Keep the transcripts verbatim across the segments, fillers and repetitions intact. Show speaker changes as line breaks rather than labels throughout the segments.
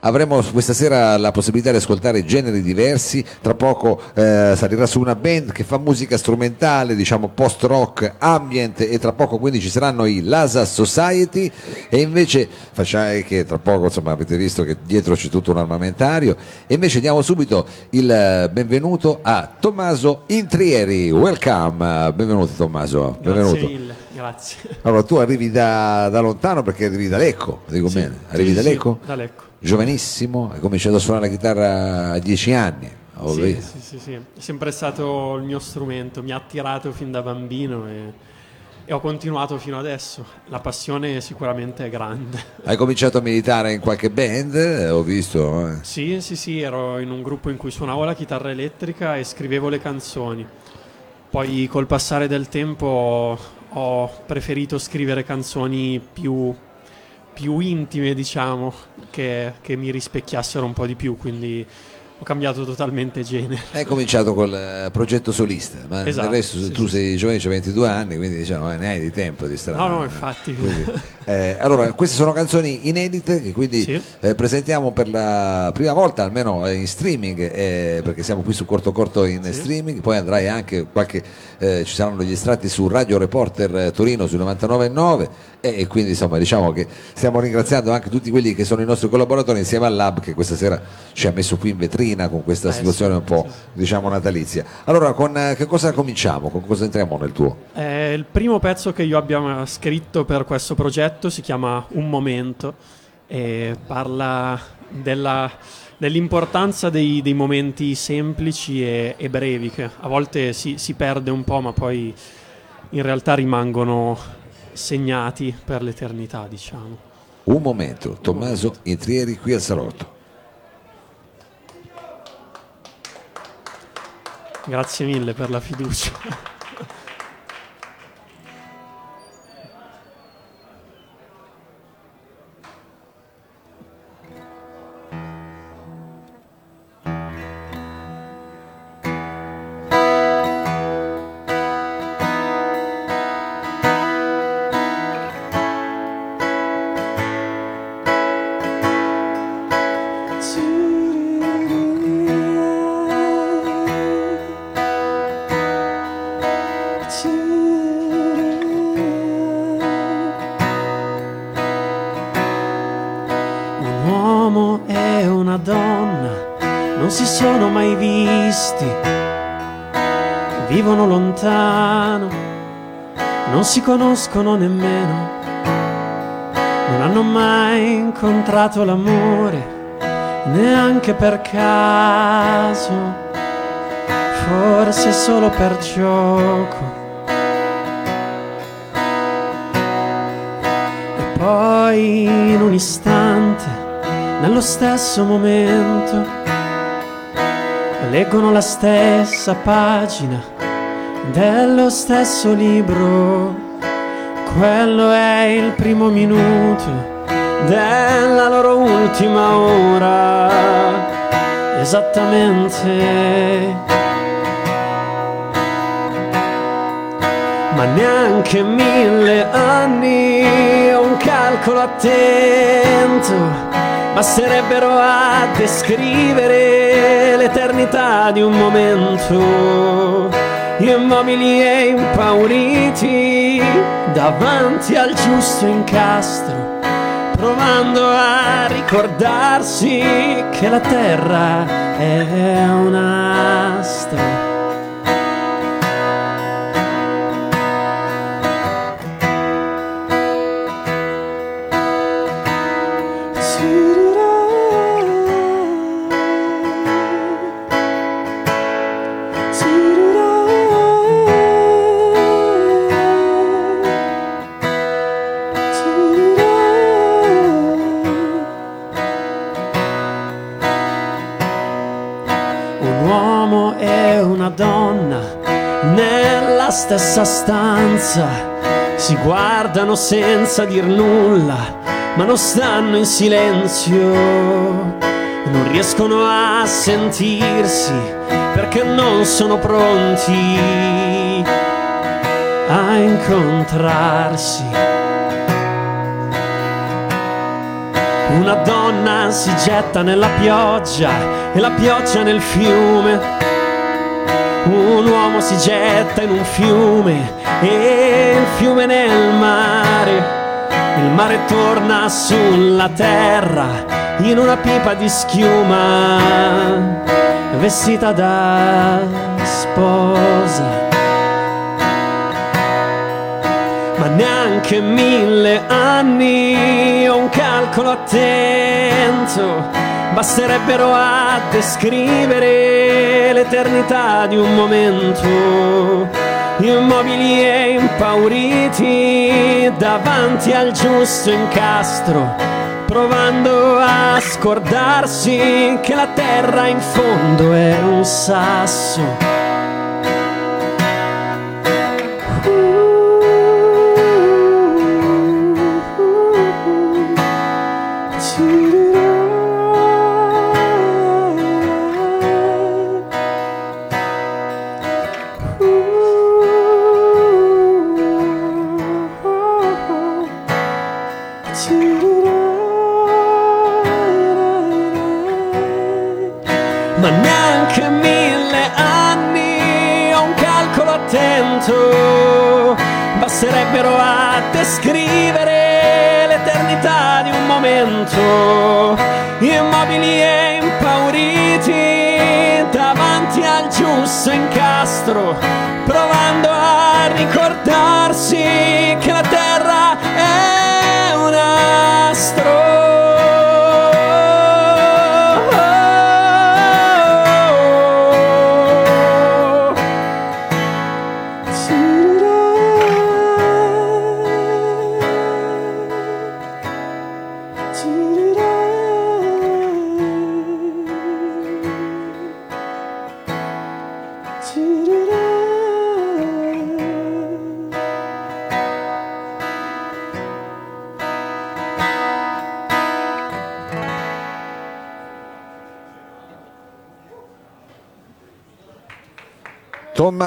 avremo questa sera la possibilità di ascoltare generi diversi. Tra poco eh, salirà su una band che fa musica strumentale, diciamo post rock, ambient, e tra poco quindi ci saranno i Lasa Society. E invece facciamo che tra poco, insomma, avete visto che dietro c'è tutto un armamentario. E invece diamo subito il benvenuto a Tommaso Intrieri. Welcome, benvenuto Tommaso. Benvenuto.
Grazie mille, grazie.
Allora, tu arrivi da, da lontano perché arrivi da Lecco, dico
Sì,
bene, arrivi
sì,
da
sì,
Lecco?
da Lecco.
Giovanissimo, hai cominciato a suonare la chitarra a dieci anni. Ho
Sì,
visto.
sì, sì, sì, è sempre stato il mio strumento, mi ha attirato fin da bambino e, e ho continuato fino adesso. La passione sicuramente è grande.
Hai cominciato a militare in qualche band, eh, ho visto. eh.
Sì, sì, sì, ero in un gruppo in cui suonavo la chitarra elettrica e scrivevo le canzoni. Poi col passare del tempo ho preferito scrivere canzoni più, più intime, diciamo, che, che mi rispecchiassero un po' di più, quindi ho cambiato totalmente genere.
Hai cominciato col eh, progetto solista, ma
Esatto,
del resto
sì,
tu
sì,
sei giovane, c'hai ventidue anni, quindi diciamo eh, ne hai di tempo di strada.
No, no, infatti.
Quindi, eh, allora, queste sono canzoni inedite che quindi
Sì.
eh, presentiamo per la prima volta, almeno eh, in streaming, eh, perché siamo qui su Corto Corto in
Sì.
streaming. Poi andrai anche qualche, eh, ci saranno degli estratti su Radio Reporter eh, Torino sui novantanove virgola nove, e, e quindi insomma diciamo che stiamo ringraziando anche tutti quelli che sono i nostri collaboratori insieme al Lab, che questa sera ci ha messo qui in vetrina con questa
Eh,
situazione
sì,
un po'
sì, sì.
diciamo natalizia. Allora, con eh, che cosa cominciamo? Con cosa entriamo nel tuo?
Eh, il primo pezzo che io abbia scritto per questo progetto si chiama Un momento e parla della, dell'importanza dei, dei momenti semplici e, e brevi, che a volte si, si perde un po', ma poi in realtà rimangono segnati per l'eternità, diciamo.
Un momento, Tommaso Intrieri qui al Salotto.
Grazie mille per la fiducia. Un uomo e una donna non si sono mai visti, vivono lontano, non si conoscono nemmeno, non hanno mai incontrato l'amore, neanche per caso, forse solo per gioco. E poi in un istante, nello stesso momento, leggono la stessa pagina dello stesso libro. Quello è il primo minuto della loro ultima ora, esattamente. Ma neanche mille anni o un calcolo attento basterebbero a descrivere l'eternità di un momento, immobili e impauriti davanti al giusto incastro, provando a ricordarsi che la terra è un astro. Un uomo e una donna nella stessa stanza si guardano senza dir nulla, ma non stanno in silenzio, non riescono a sentirsi perché non sono pronti a incontrarsi. Una donna si getta nella pioggia e la pioggia nel fiume. Un uomo si getta in un fiume e il fiume nel mare. Il mare torna sulla terra in una pipa di schiuma, vestita da sposa. Ma neanche mille anni o un calcolo attento basterebbero a descrivere l'eternità di un momento. Immobili e impauriti davanti al giusto incastro, provando a scordarsi che la terra in fondo è un sasso. Ma neanche mille anni o un calcolo attento basterebbero a descrivere l'eternità di un momento. Immobili e impauriti davanti al giusto incastro, provando a ricordarsi che la terra è un astro.
Tomma...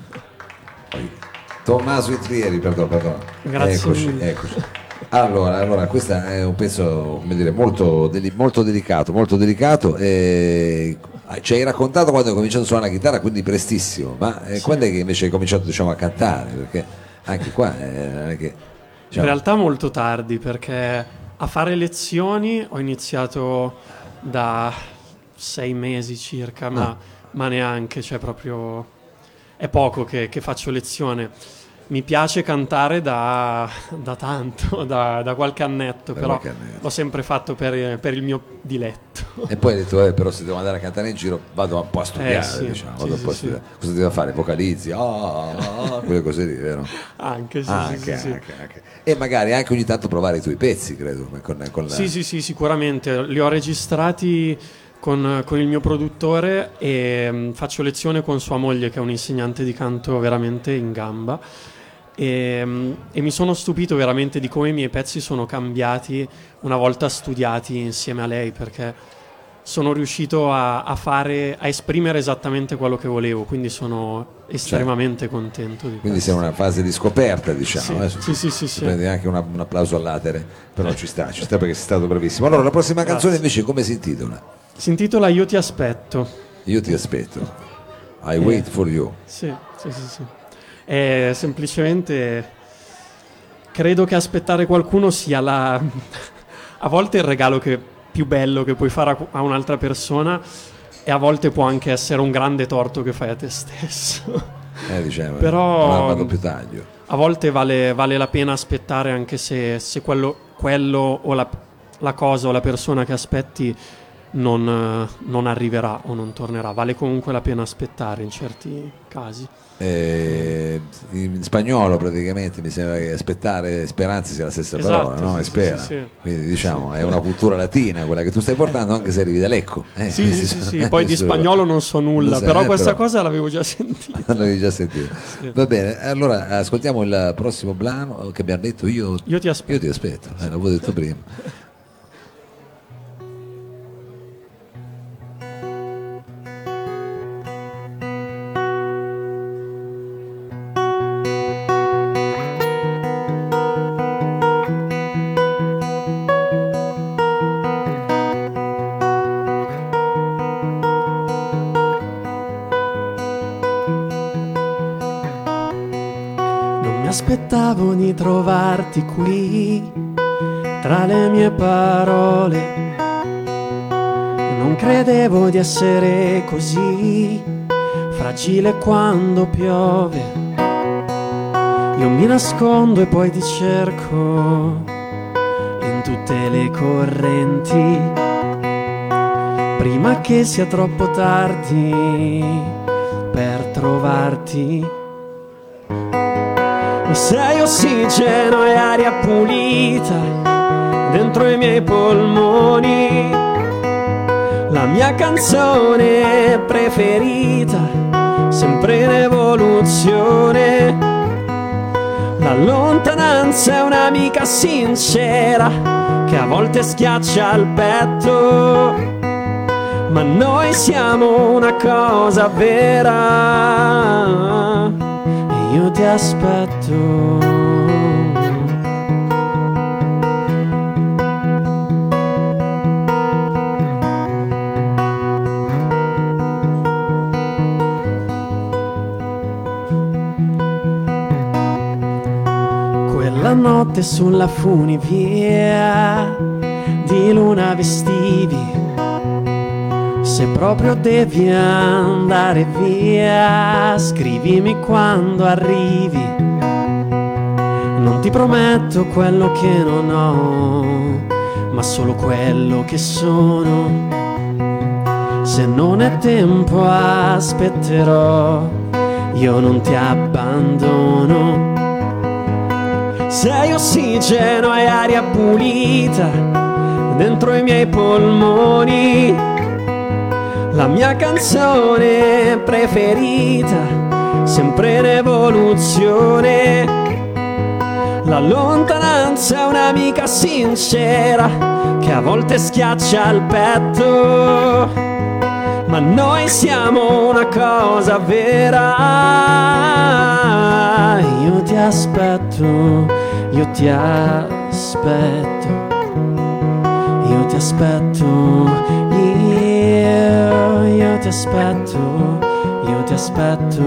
Tommaso Intrieri, perdono, perdono.
Grazie
Eccoci,
mille.
eccoci. Allora, allora, questo è un pezzo, come dire, molto, deli- molto delicato, molto delicato. E ci hai raccontato quando hai cominciato a suonare la chitarra, quindi prestissimo, ma eh,
Sì.
quando è che invece hai cominciato, diciamo, a cantare? Perché anche qua eh, non è che...
In
diciamo,
realtà molto tardi, perché a fare lezioni ho iniziato da sei mesi circa, ma,
Ah.
ma neanche, cioè proprio è poco che, che faccio lezione. Mi piace cantare da, da tanto, da, da qualche annetto,
Da
però
qualche annetto.
l'ho sempre fatto per, per il mio diletto.
E poi hai detto, eh, però se devo andare a cantare in giro vado un po' a studiare,
Eh, sì,
diciamo,
sì,
vado un
sì,
po' a
sì.
studiare. Cosa devo fare? Vocalizzi, ah, ah, ah, quelle cose lì, vero?
Anche, sì,
Ah,
sì,
anche,
sì, sì.
anche, anche. E magari anche ogni tanto provare i tuoi pezzi, credo. Con, con la...
Sì, sì, sì, sicuramente. Li ho registrati con, con il mio produttore e mh, faccio lezione con sua moglie, che è un'insegnante di canto veramente in gamba. E, mh, e mi sono stupito veramente di come i miei pezzi sono cambiati una volta studiati insieme a lei, perché sono riuscito a, a fare, a esprimere esattamente quello che volevo, quindi sono estremamente contento di
Quindi
questo.
sei in una fase di scoperta, diciamo.
Sì,
eh,
sì, sì, sì,
ti
sì.
prendi anche una- un applauso all'atere, però ci sta, ci sta perché sei stato bravissimo. Allora, la prossima
Grazie.
canzone invece come si intitola?
Si intitola Io ti aspetto.
Io ti aspetto. I
Eh.
wait for you.
Sì, sì, sì, sì. È semplicemente credo che aspettare qualcuno sia la a volte il regalo che più bello che puoi fare a, a un'altra persona, e a volte può anche essere un grande torto che fai a te stesso.
Eh, diciamo,
Però-
un'arma a doppio taglio.
A volte vale, vale la pena aspettare, anche se, se quello, quello o la, la cosa o la persona che aspetti non, eh, non arriverà o non tornerà. Vale comunque la pena aspettare in certi casi.
Eh, in spagnolo praticamente mi sembra che aspettare e speranza sia la stessa
Esatto,
parola, no?
sì,
E
sì,
spera.
sì, sì.
Quindi diciamo è una cultura latina quella che tu stai portando, anche se arrivi da Lecco. Eh,
Sì,
quindi
sì, sì,
sono-
sì. Poi di
sono-
spagnolo non so nulla,
Non sai,
però
eh,
questa
però-
cosa l'avevo già sentita.
L'avevi già sentito.
Sì.
Va bene, allora ascoltiamo il prossimo brano che abbiamo detto io,
Io ti aspetto.
io ti aspetto, eh, l'avevo detto prima.
aspettavo di trovarti qui, tra le mie parole. Non credevo di essere così fragile quando piove. Io mi nascondo e poi ti cerco in tutte le correnti, prima che sia troppo tardi per trovarti. Sei ossigeno e aria pulita dentro i miei polmoni, la mia canzone preferita, sempre in evoluzione. La lontananza è un'amica sincera che a volte schiaccia il petto, ma noi siamo una cosa vera e io ti aspetto. La notte sulla funivia di luna vestivi, se proprio devi andare via, scrivimi quando arrivi. Non ti prometto quello che non ho, ma solo quello che sono. Se non è tempo aspetterò, io non ti abbandono. Sei ossigeno e aria pulita dentro i miei polmoni, la mia canzone preferita, sempre in evoluzione. La lontananza è un'amica sincera che a volte schiaccia il petto, ma noi siamo una cosa vera. Io ti aspetto, io ti aspetto, io ti aspetto, io, io ti aspetto, io ti aspetto,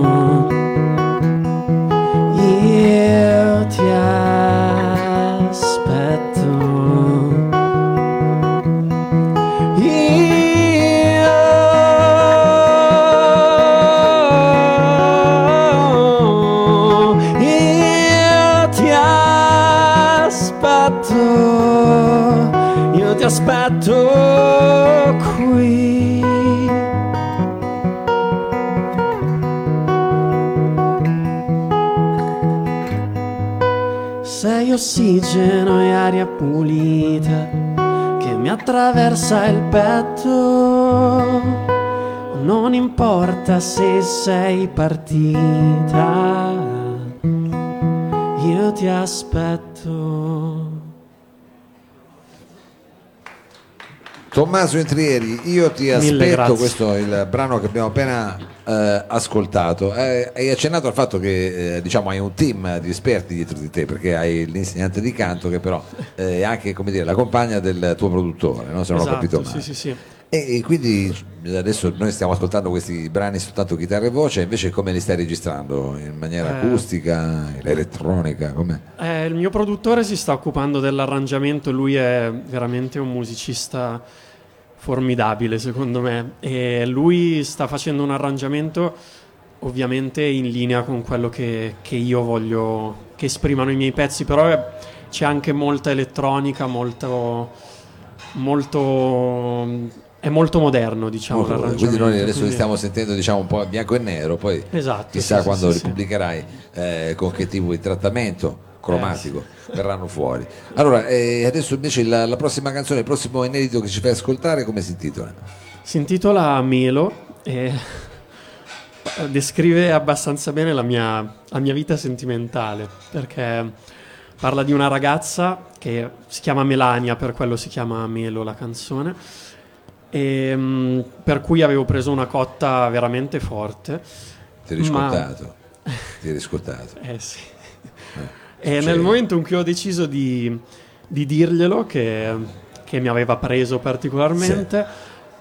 io ti aspetto, io, io ti aspetto, io ti aspetto qui. Sei ossigeno e aria pulita che mi attraversa il petto. Non importa se sei partita, io ti aspetto.
Tommaso Intrieri, io ti
Mille
aspetto.
grazie.
Questo è il brano che abbiamo appena eh, ascoltato. Eh, hai accennato al fatto che eh, diciamo hai un team di esperti dietro di te, perché hai l'insegnante di canto che però eh, è anche, come dire, la compagna del tuo produttore, no? Se non ho
Esatto,
capito male.
sì, sì, sì.
E, e quindi adesso noi stiamo ascoltando questi brani soltanto chitarra e voce, invece come li stai registrando? In maniera
Eh.
acustica, elettronica? Com'è?
Eh, il mio produttore si sta occupando dell'arrangiamento, lui è veramente un musicista formidabile secondo me, e lui sta facendo un arrangiamento ovviamente in linea con quello che, che io voglio che esprimano i miei pezzi, però è- c'è anche molta elettronica, molto, molto è molto moderno, diciamo,
Oh,
l'arrangiamento.
quindi noi adesso li
quindi-
stiamo sentendo, diciamo, un po' a bianco e nero, poi
Esatto,
chissà
sì,
quando
sì,
li
sì.
pubblicherai eh, con che tipo di trattamento cromatico
Eh,
verranno fuori. Allora, eh, adesso invece la, la prossima canzone, il prossimo inedito che ci fai ascoltare, come si intitola?
Si intitola Melo e descrive abbastanza bene la mia, la mia vita sentimentale, perché parla di una ragazza che si chiama Melania, per quello si chiama Melo la canzone, e, mh, per cui avevo preso una cotta veramente forte.
Ti eri
Ma-
riscottato? Ti eri riscottato?
Eh sì.
Eh,
E
succede.
nel momento in cui ho deciso di, di dirglielo, che, che mi aveva preso particolarmente,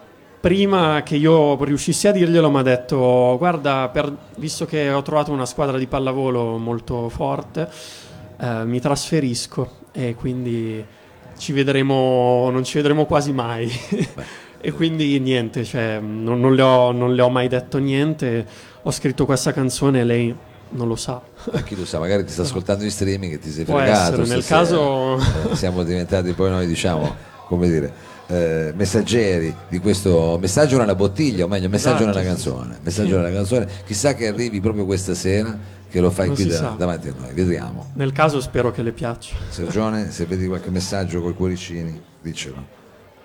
prima che io riuscissi a dirglielo mi ha detto: guarda, per, visto che ho trovato una squadra di pallavolo molto forte, eh, mi trasferisco e quindi ci vedremo, non ci vedremo quasi mai. E quindi niente, cioè, non, non, le ho, non le ho mai detto niente, ho scritto questa canzone e lei non lo sa.
Ma chi lo sa, magari ti sta ascoltando in streaming e ti sei
Può
fregato.
essere, nel
stasera.
caso...
Eh, siamo diventati poi noi, diciamo, come dire, eh, messaggeri di questo messaggio nella bottiglia, o meglio, messaggio
Esatto,
nella
sì,
canzone.
sì.
Messaggio nella canzone. Chissà che arrivi proprio questa sera, che lo fai
Non
qui
si
da-
sa.
davanti a noi, vediamo.
Nel caso spero che le piaccia.
Sergione, se vedi qualche messaggio coi cuoricini, diccelo.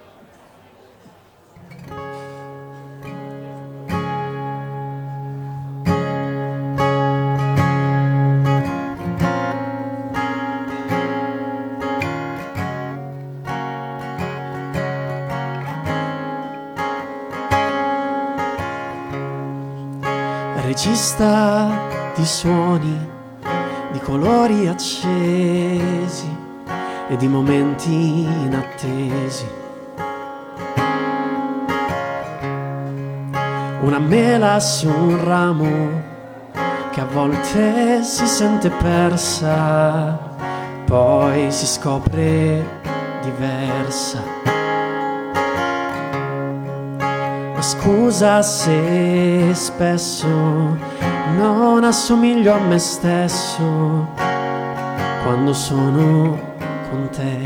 Regista di suoni, di colori accesi e di momenti inattesi. Una mela su un ramo che a volte si sente persa, poi si scopre diversa. Ma scusa se spesso non assomiglio a me stesso quando sono con te.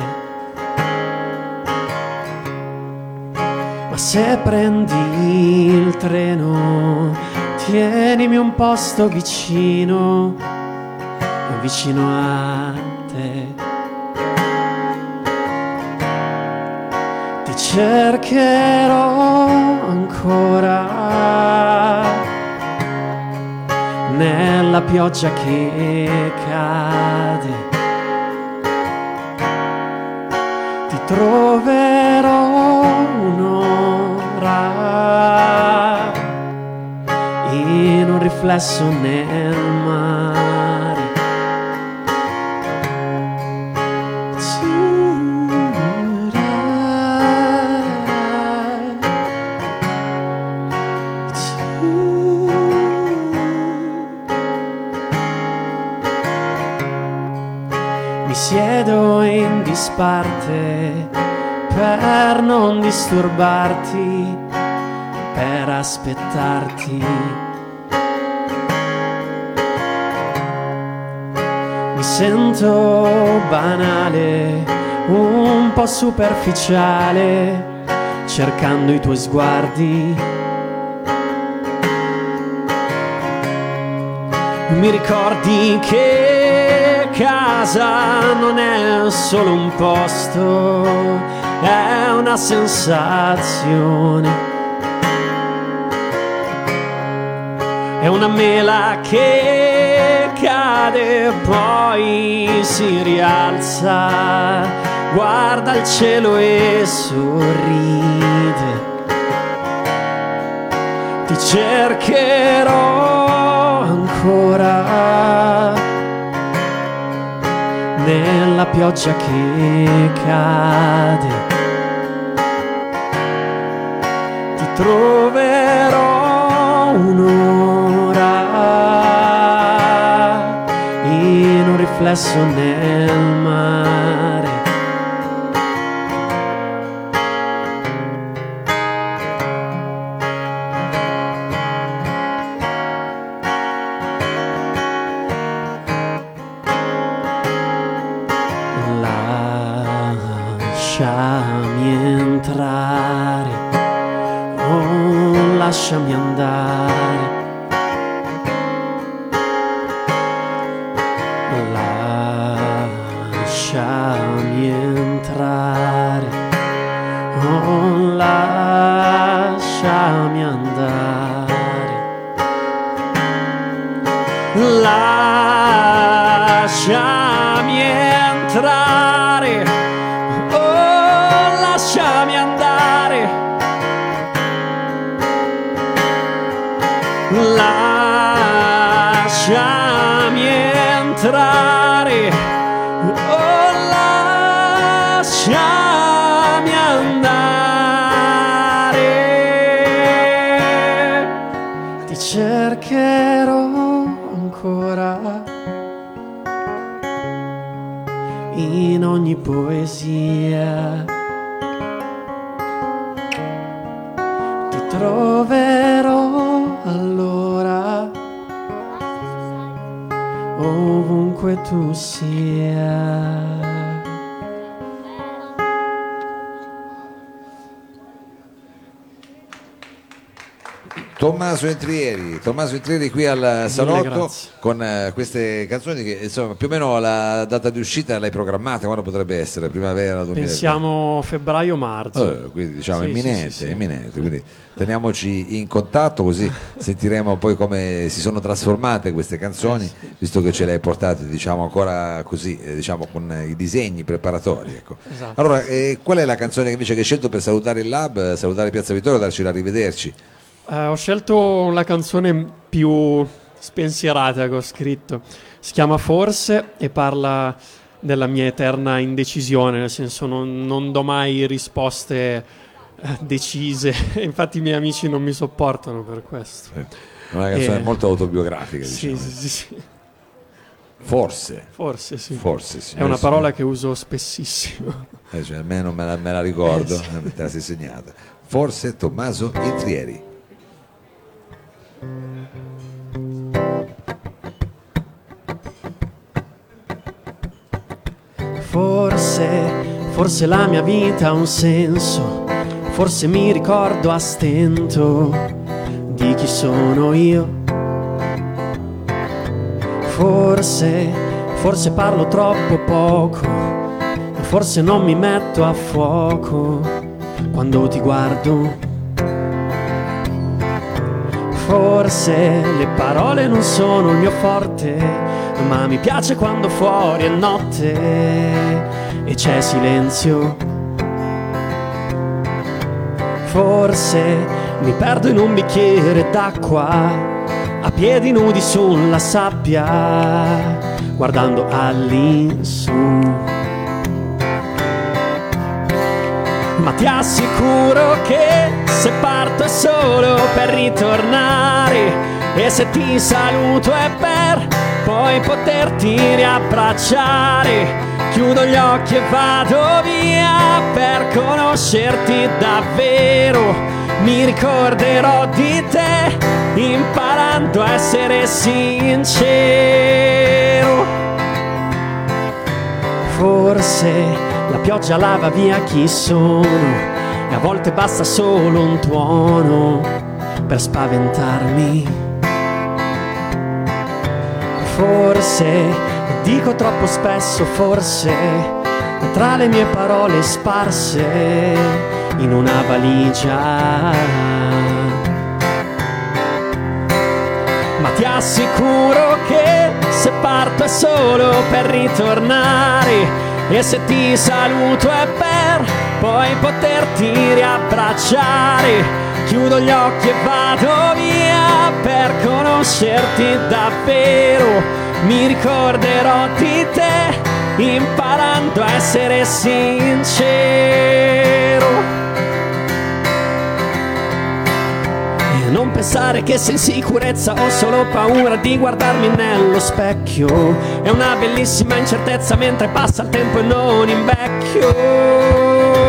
Ma se prendi il treno, tienimi un posto vicino, vicino a te. Ti cercherò ancora nella pioggia che cade, ti troverò un'ora in un riflesso nel mare. Mi siedo in disparte per non disturbarti, per aspettarti. Mi sento banale, un po' superficiale, cercando i tuoi sguardi. Mi ricordi che casa non è solo un posto, è una sensazione, è una mela che cade e poi si rialza, guarda il cielo e sorride. Ti cercherò ancora nella pioggia che cade, ti troverò un'ora in un riflesso nel mare. Lasciami entrare, oh lasciami andare, lasciami entrare, oh lasciami andare, lasciami entrare, lasciami andare, lasciami entrare, oh lasciami andare. cercherò ancora in ogni poesia. Ti troverò allora ovunque tu sia.
Tommaso Intrieri, Tommaso Intrieri qui al salotto
grazie.
con eh, queste canzoni che insomma più o meno la data di uscita l'hai programmata, quando potrebbe essere? Primavera duemilaventi?
Pensiamo febbraio-marzo.
Eh, quindi diciamo
Sì,
imminente,
sì, sì, sì.
imminente, quindi teniamoci in contatto così sentiremo poi come si sono trasformate queste canzoni,
Eh, sì.
visto che ce le hai portate diciamo ancora così, eh, diciamo con i disegni preparatori. Ecco.
Esatto.
Allora, eh, qual è la canzone che invece che hai scelto per salutare il Lab, salutare Piazza Vittorio e darci l'arrivederci?
Eh, ho scelto la canzone più spensierata che ho scritto. Si chiama Forse e parla della mia eterna indecisione, nel senso non, non do mai risposte eh, decise. Infatti i miei amici non mi sopportano per questo.
È una canzone
Eh,
molto autobiografica,
Sì,
diciamo.
sì, sì, sì.
Forse,
Forse sì.
forse
È
signore
una
e
parola
signori.
che uso spessissimo.
Eh, cioè, almeno me la, me la ricordo,
Eh, sì.
eh, te la sei segnata. Forse Tommaso Intrieri.
Forse, forse la mia vita ha un senso, forse mi ricordo a stento di chi sono io. Forse, forse parlo troppo poco, forse non mi metto a fuoco quando ti guardo. Forse le parole non sono il mio forte, ma mi piace quando fuori è notte e c'è silenzio. Forse mi perdo in un bicchiere d'acqua, a piedi nudi sulla sabbia, guardando all'insù. Ma ti assicuro che se parto è solo per ritornare, e se ti saluto è per poi poterti riabbracciare. Chiudo gli occhi e vado via per conoscerti davvero. Mi ricorderò di te imparando a essere sincero. Forse la pioggia lava via chi sono e a volte basta solo un tuono per spaventarmi. Forse dico troppo spesso forse tra le mie parole sparse in una valigia, ma ti assicuro che se parto è solo per ritornare, e se ti saluto è per poi poterti riabbracciare. Chiudo gli occhi e vado via per conoscerti davvero. Mi ricorderò di te imparando a essere sincero. E non pensare che sia insicurezza, ho solo paura di guardarmi nello specchio. È una bellissima incertezza mentre passa il tempo e non invecchio.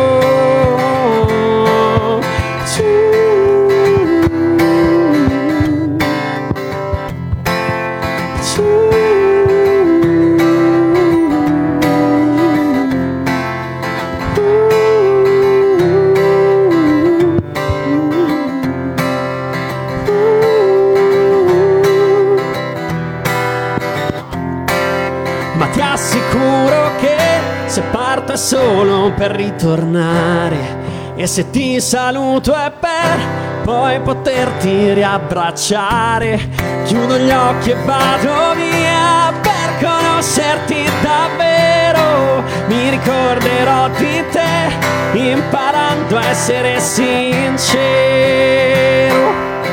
Ma ti assicuro che se parto è solo per ritornare, e se ti saluto è per poi poterti riabbracciare. Chiudo gli occhi e vado via per conoscerti davvero. Mi ricorderò di te imparando a essere sincero.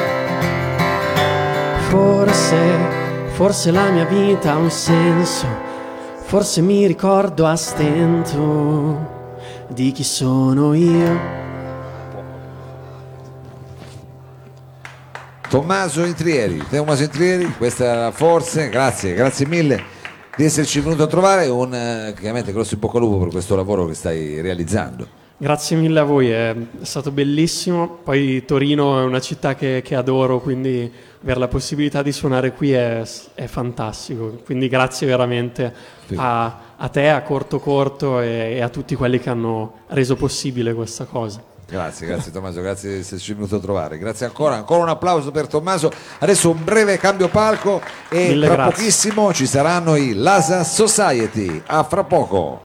Forse, forse la mia vita ha un senso, forse mi ricordo a stento di chi sono io.
Tommaso Intrieri. Tommaso Intrieri, questa forse, grazie, grazie mille di esserci venuto a trovare, un eh, chiaramente grosso in bocca al lupo per questo lavoro che stai realizzando.
Grazie mille a voi, è stato bellissimo. Poi Torino è una città che, che adoro, quindi avere la possibilità di suonare qui è, è fantastico. Quindi grazie veramente a, a te, a Corto Corto e, e a tutti quelli che hanno reso possibile questa cosa.
Grazie, grazie Tommaso, grazie di esserci venuto a trovare. Grazie ancora, ancora un applauso per Tommaso. Adesso un breve cambio palco e
Mille
tra
grazie.
pochissimo ci saranno i Lasa Society. A fra poco.